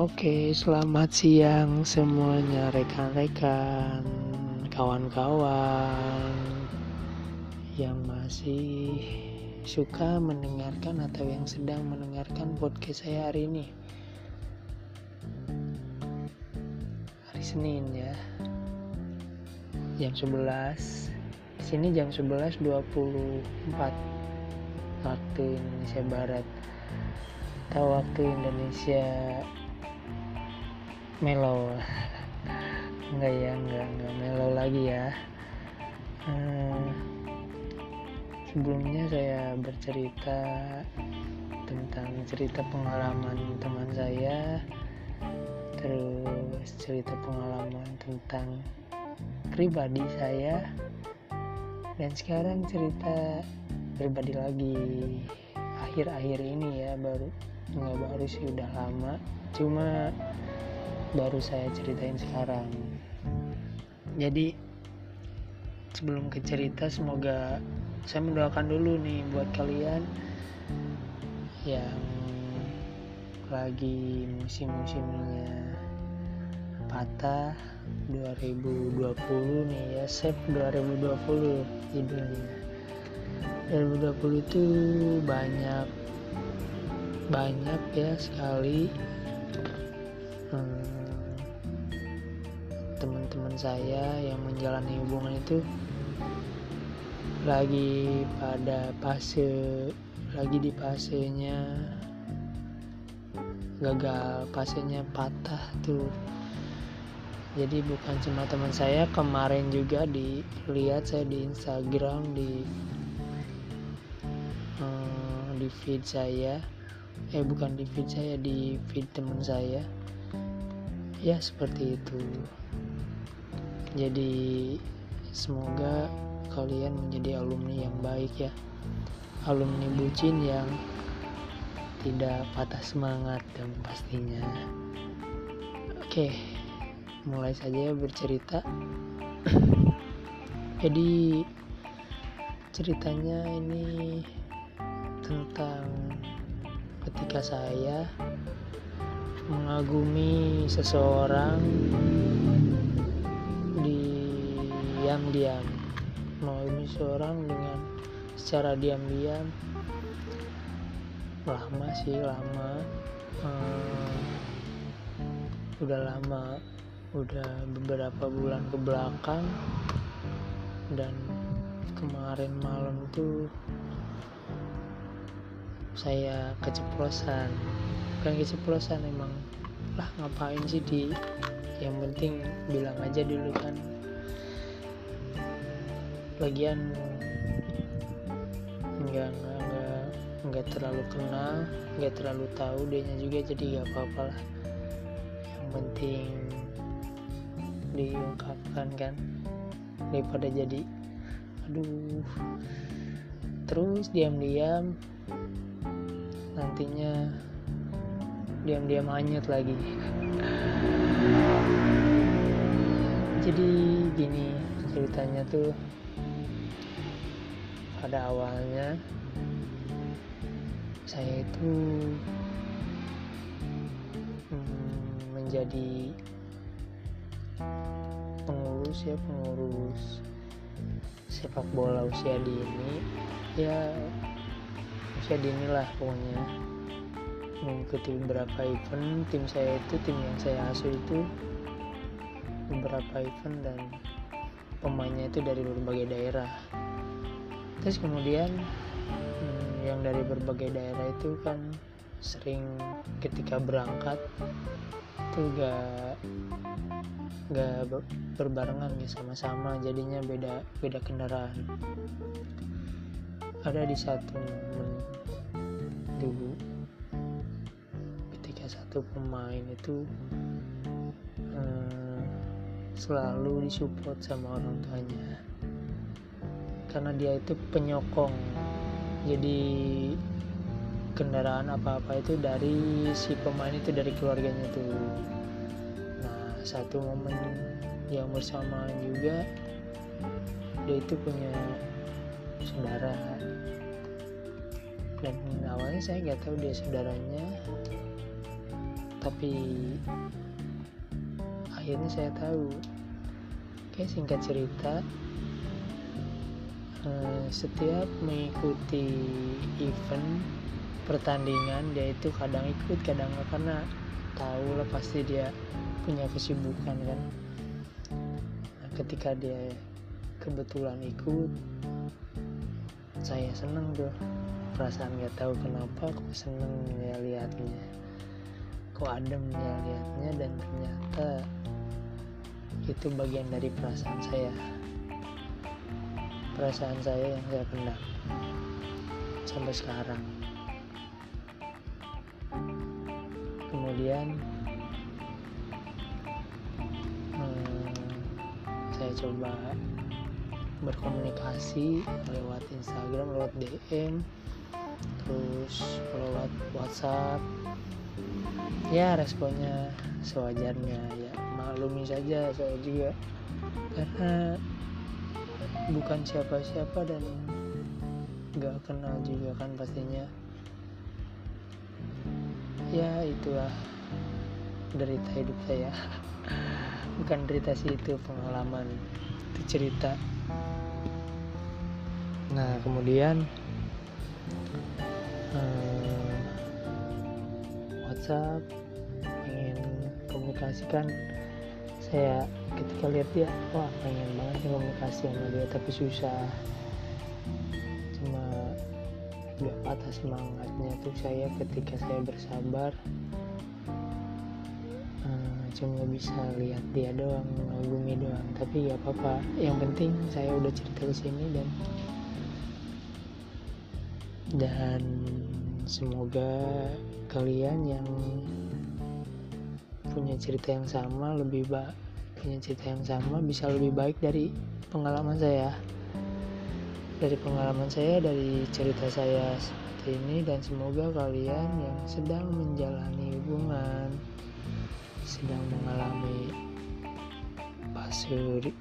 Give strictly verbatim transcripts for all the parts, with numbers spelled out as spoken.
Oke, selamat siang semuanya rekan-rekan, kawan-kawan yang masih suka mendengarkan atau yang sedang mendengarkan podcast saya hari ini. Hari Senin ya. Jam sebelas. Di sini jam sebelas dua puluh empat waktu Indonesia Barat. Atau waktu Indonesia Melo. Enggak ya, enggak, enggak melo lagi ya. Hmm, sebelumnya saya bercerita tentang cerita pengalaman teman saya, terus cerita pengalaman tentang pribadi saya, dan sekarang cerita pribadi lagi. Akhir-akhir ini ya, baru nggak baru sih, udah lama, cuma baru saya ceritain sekarang. Jadi sebelum ke cerita, semoga saya mendoakan dulu nih buat kalian yang lagi musim-musimnya patah dua ribu dua puluh nih ya, Save dua ribu dua puluh judulnya. dua ribu dua puluh itu banyak banyak ya sekali hmm, teman-teman saya yang menjalani hubungan itu lagi pada fase lagi di fasenya gagal, fasenya patah tuh. Jadi bukan cuma teman saya, kemarin juga dilihat saya di Instagram, di hmm, di feed saya eh bukan di feed saya di feed teman saya ya, seperti itu. Jadi semoga kalian menjadi alumni yang baik ya, alumni bucin yang tidak patah semangat dan pastinya. Oke, mulai saja bercerita. Jadi ceritanya ini tentang ketika saya mengagumi seseorang diam-diam, mengagumi seseorang dengan secara diam-diam. Lama sih, lama hmm, udah lama, udah beberapa bulan ke belakang, dan kemarin malam tuh saya keceplosan. Bukan keceplosan, emang lah ngapain sih di yang penting bilang aja dulu kan. Lagian enggak enggak enggak, enggak terlalu kenal, enggak terlalu tahu dianya juga, jadi enggak apa-apa lah. Yang penting diungkapkan kan, daripada jadi aduh terus diam-diam, nantinya diam-diam hanyut lagi. Jadi gini ceritanya tuh, pada awalnya saya itu hmm, menjadi pengurus ya pengurus sepak bola usia dini ya, usia dini lah pokoknya, mengikuti beberapa event. Tim saya itu, tim yang saya asuh itu beberapa event dan pemainnya itu dari berbagai daerah. Terus kemudian hmm, yang dari berbagai daerah itu kan sering ketika berangkat itu gak gak berbarengan gitu, sama-sama, jadinya beda beda kendaraan. Ada di satu momen dulu ketika satu pemain itu hmm, selalu disupport sama orang tuanya karena dia itu penyokong. Jadi kendaraan apa-apa itu dari si pemain itu, dari keluarganya tuh. Nah, satu momen yang bersamaan juga dia itu punya saudara, dan awalnya saya nggak tahu dia saudaranya. tapi akhirnya saya tahu. Oke, singkat cerita, eh, setiap mengikuti event pertandingan dia itu kadang ikut kadang enggak, karena tahu lah pasti dia punya kesibukan kan. Nah, ketika dia kebetulan ikut, saya seneng tuh, perasaan nggak tahu kenapa kok seneng ya lihatnya, kok adem ya lihatnya, dan ternyata itu bagian dari perasaan saya perasaan saya yang saya pendam sampai sekarang. Kemudian hmm, saya coba berkomunikasi lewat Instagram, lewat D M, terus lewat WhatsApp. Ya responnya sewajarnya, ya maklumi saja saya juga, karena bukan siapa-siapa dan gak kenal juga kan pastinya. Ya itulah derita hidup saya. Bukan derita sih, itu pengalaman, itu cerita. Nah kemudian hmm, WhatsApp ingin komunikasikan, saya ketika lihat dia, wah pengen banget komunikasi sama dia tapi susah, cuma gak patah semangatnya tuh saya ketika saya bersabar, hmm, cuma bisa lihat dia doang, mengagumi doang. Tapi gak apa-apa, yang penting saya udah cerita ke sini, dan dan semoga kalian yang punya cerita yang sama lebih baik punya cerita yang sama bisa lebih baik dari pengalaman saya dari pengalaman saya dari cerita saya seperti ini. Dan semoga kalian yang sedang menjalani hubungan, sedang mengalami fase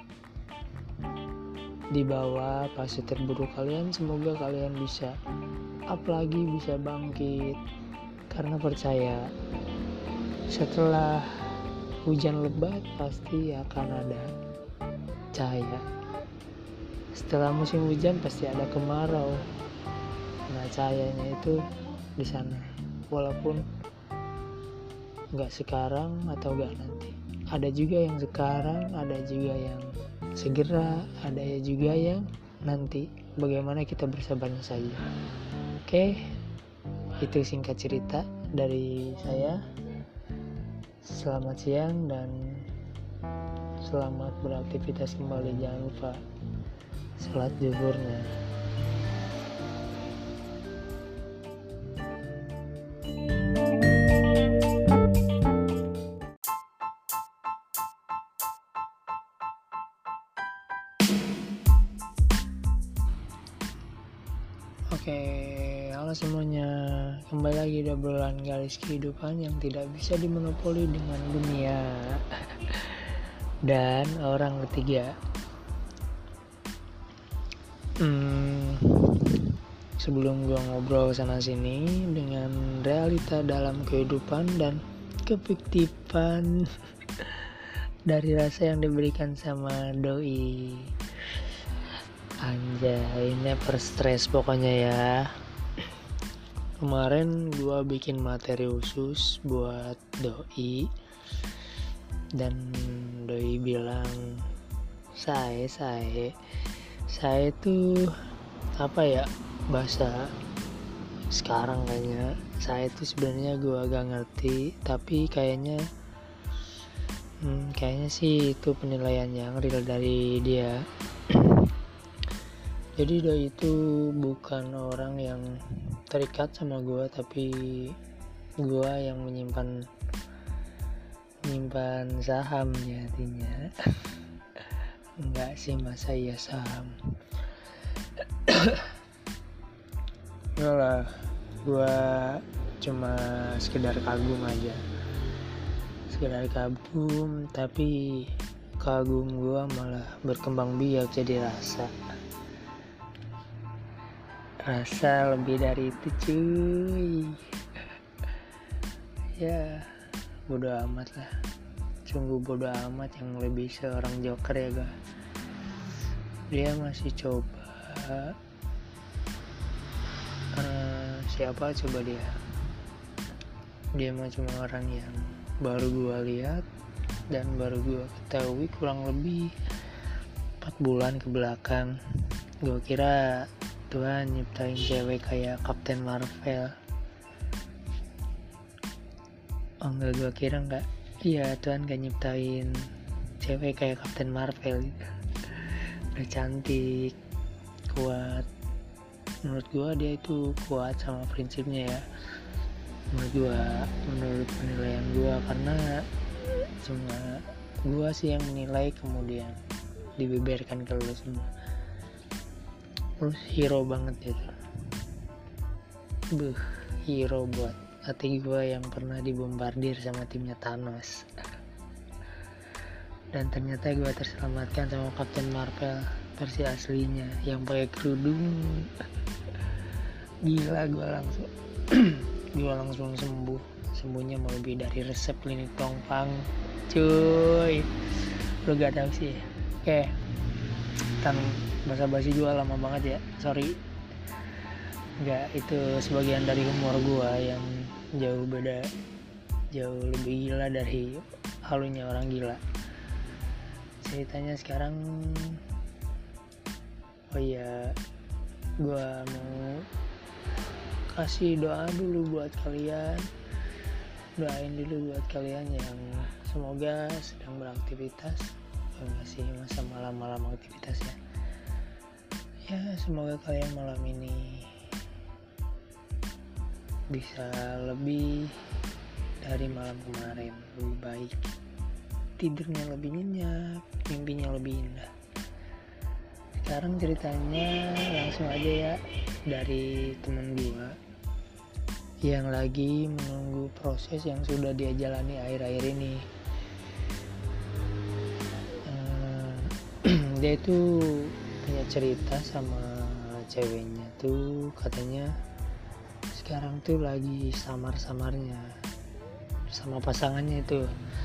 di bawah, fase terburuk kalian, semoga kalian bisa up lagi, bisa bangkit, karena percaya setelah hujan lebat pasti akan ada cahaya. Setelah musim hujan pasti ada kemarau. Nah cahayanya itu di sana, walaupun nggak sekarang atau nggak nanti. Ada juga yang sekarang, ada juga yang segera, ada juga yang nanti. Bagaimana kita bersabarnya saja. Oke, itu singkat cerita dari saya. Selamat siang dan selamat beraktivitas kembali. Jangan lupa salat zuhurnya. Oke, halo semuanya. Kembali lagi di obrolan garis kehidupan yang tidak bisa dimonopoli dengan dunia dan orang ketiga. Hmm, sebelum gua ngobrol sana sini dengan realita dalam kehidupan dan kefiktifan dari rasa yang diberikan sama doi. Anjay, never stress pokoknya ya. Kemarin gue bikin materi khusus buat doi, dan doi bilang, saya saya saya itu apa ya, bahasa sekarang kayaknya. Saya itu sebenarnya gue agak ngerti, tapi kayaknya hmm, kayaknya sih itu penilaian yang real dari dia. Jadi doi itu bukan orang yang terikat sama gue, tapi gue yang menyimpan menyimpan saham ya artinya. Enggak sih, masa iya saham. Enggak lah, gue cuma sekedar kagum aja, sekedar kagum, tapi kagum gue malah berkembang biak jadi rasa. Rasa lebih dari itu cuy. ya bodo amat lah, sungguh bodo amat yang lebih seorang joker ya gak. Dia masih coba uh, siapa coba dia dia mah cuma orang yang baru gua lihat dan baru gua ketahui kurang lebih empat bulan ke belakang. Gua kira Tuhan nyiptain cewek kayak Captain Marvel. Oh enggak, gue kira enggak. Iya, Tuhan gak nyiptain cewek kayak Captain Marvel gitu. Udah cantik, kuat. Menurut gue dia itu kuat sama prinsipnya ya. Menurut gue, menurut penilaian gue, karena cuma gue sih yang menilai, kemudian dibeberkan ke lu semua. Terus hero banget gitu. Buh, hero buat hati gue yang pernah dibombardir sama timnya Thanos. Dan ternyata gue terselamatkan sama Captain Marvel versi aslinya yang pakai kerudung. Gila, gue langsung gue langsung sembuh. Sembuhnya mau lebih dari resep klinik Tongfang, cuy. Lu gak tahu sih. Oke, kan basa-basi gue lama banget ya, sorry. Enggak, itu sebagian dari humor gua yang jauh beda, jauh lebih gila dari halunya orang gila. Ceritanya sekarang, oh iya, gua mau kasih doa dulu buat kalian. Doain dulu buat kalian yang semoga sedang beraktivitas, masih masa malam-malam aktivitas ya. Ya, semoga kalian malam ini bisa lebih dari malam kemarin, lebih baik, tidurnya lebih nyenyak, mimpinya lebih indah. Sekarang ceritanya langsung aja ya, dari temen gua yang lagi menunggu proses yang sudah dia jalani akhir-akhir ini. uh, Dia itu punya cerita sama ceweknya tuh, katanya sekarang tuh lagi samar-samarnya sama pasangannya itu.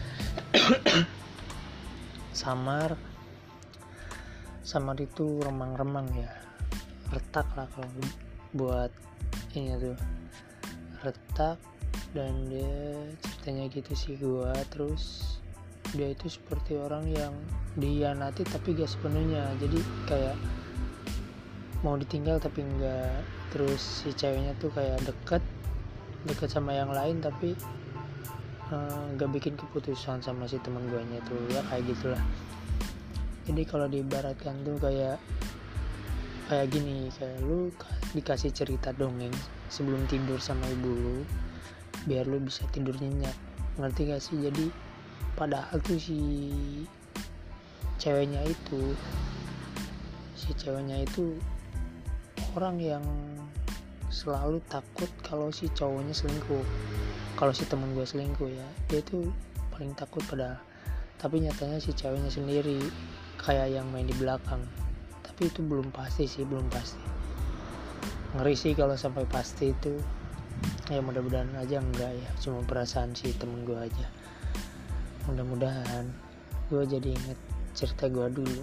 samar samar itu remang-remang ya, retak lah kalau buat ini tuh, retak. Dan dia ceritanya gitu sih gua. Terus dia itu seperti orang yang dihianati tapi gak sepenuhnya, jadi kayak mau ditinggal tapi enggak. Terus si ceweknya tuh kayak deket deket sama yang lain tapi uh, gak bikin keputusan sama si teman guanya tuh ya, kayak gitulah. Jadi kalau diibaratkan tuh kayak kayak gini, kayak lu dikasih cerita dongeng sebelum tidur sama ibu lu biar lu bisa tidur nyenyak, ngerti gak sih? Jadi padahal tuh si ceweknya itu si ceweknya itu orang yang selalu takut kalau si cowoknya selingkuh, kalau si temen gue selingkuh ya, dia tuh paling takut padahal. Tapi nyatanya si ceweknya sendiri kayak yang main di belakang. Tapi itu belum pasti sih, belum pasti. Ngeri sih kalau sampai pasti itu. Ya mudah-mudahan aja enggak ya, cuma perasaan si temen gue aja. Mudah-mudahan. Gue jadi inget cerita gue dulu.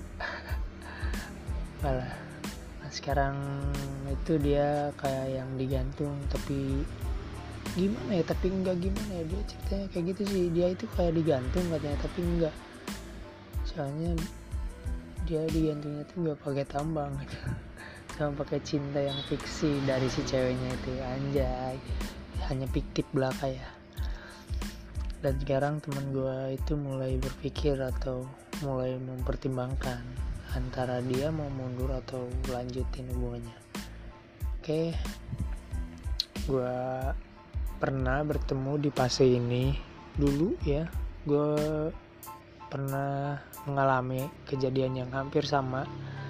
Malah sekarang itu dia kayak yang digantung, tapi gimana ya, tapi enggak gimana ya, dia ceritanya kayak gitu sih. Dia itu kayak digantung katanya, tapi enggak, soalnya dia digantungnya tuh enggak pakai tambang gitu, sama pakai cinta yang fiksi dari si ceweknya itu. Anjay, hanya fiktif belaka ya. Dan sekarang teman gue itu mulai berpikir atau mulai mempertimbangkan antara dia mau mundur atau lanjutin hubungannya. Oke, gue pernah bertemu di fase ini dulu ya. Gue pernah mengalami kejadian yang hampir sama,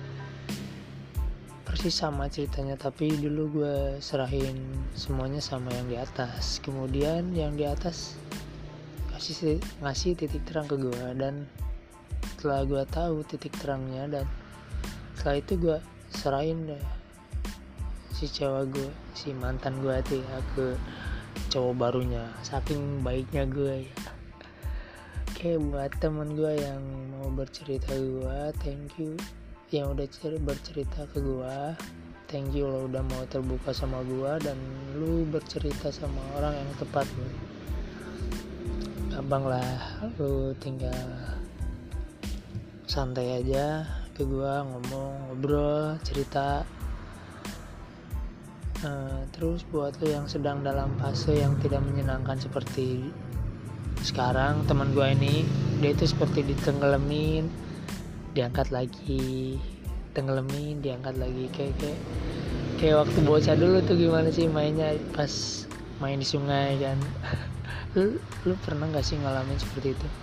persis sama ceritanya, tapi dulu gue serahin semuanya sama yang di atas. Kemudian yang di atas kasih ngasih titik terang ke gue, dan setelah gue tahu titik terangnya, dan setelah itu gue serahin deh si cewek gue, si mantan gue itu ya, ke cowok barunya, saking baiknya gue ya. Oke, buat temen gue yang mau bercerita gue, thank you. Yang udah cer- bercerita ke gue, thank you lo udah mau terbuka sama gue dan lu bercerita sama orang yang tepat. Gampang lah, lu tinggal santai aja ke gue, ngomong, ngobrol, cerita. Uh, terus buat lo yang sedang dalam fase yang tidak menyenangkan seperti sekarang, teman gue ini, dia itu seperti ditenggelamin, diangkat lagi, tenggelamin, diangkat lagi, kayak kayak kayak waktu bocah dulu tuh gimana sih mainnya pas main di sungai kan. lu lu pernah nggak sih ngalamin seperti itu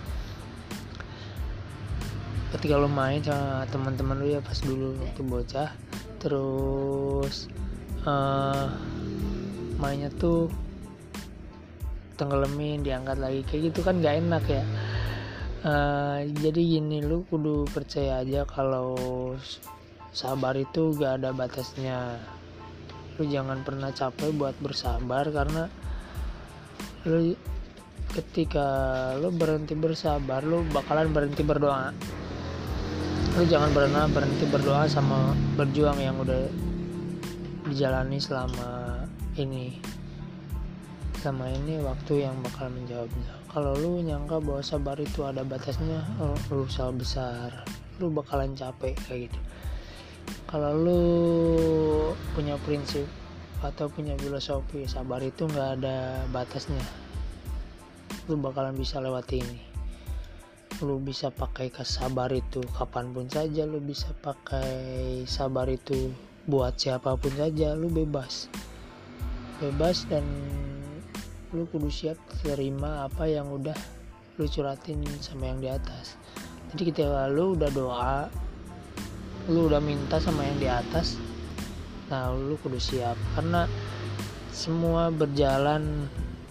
ketika lu main sama teman-teman lu ya pas dulu waktu bocah, terus uh, mainnya tuh tenggelamin, diangkat lagi, kayak gitu kan gak enak ya. Uh, jadi gini, lu kudu percaya aja kalau sabar itu gak ada batasnya. Lu jangan pernah capek buat bersabar, karena lu ketika lu berhenti bersabar, lu bakalan berhenti berdoa. Lu jangan pernah berhenti berdoa sama berjuang yang udah dijalani selama ini. Sama ini waktu yang bakal menjawabnya. Kalau lu nyangka bahwa sabar itu ada batasnya, oh, lu salah besar. Lu bakalan capek kayak gitu. Kalau lu punya prinsip atau punya filosofi sabar itu nggak ada batasnya, lu bakalan bisa lewati ini. Lu bisa pakai kesabar itu kapanpun saja, lu bisa pakai sabar itu buat siapapun saja. Lu bebas, bebas dan lu kudu siap terima apa yang udah lu curatin sama yang di atas. Jadi ketika lu udah doa, lu udah minta sama yang di atas, nah lu kudu siap, karena semua berjalan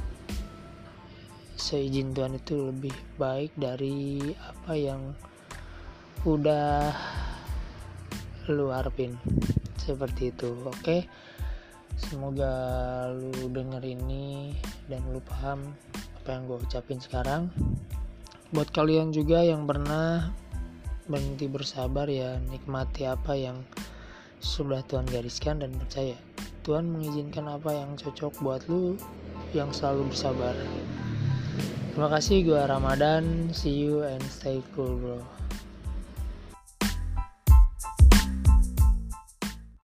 seizin Tuhan itu lebih baik dari apa yang udah lu harapin. Seperti itu. Oke, semoga lu denger ini dan lu paham apa yang gue ucapin sekarang. Buat kalian juga yang pernah berhenti bersabar, ya nikmati apa yang sudah Tuhan gariskan dan percaya Tuhan mengizinkan apa yang cocok buat lu yang selalu bersabar. Terima kasih, gue Ramadan. See you and stay cool, bro.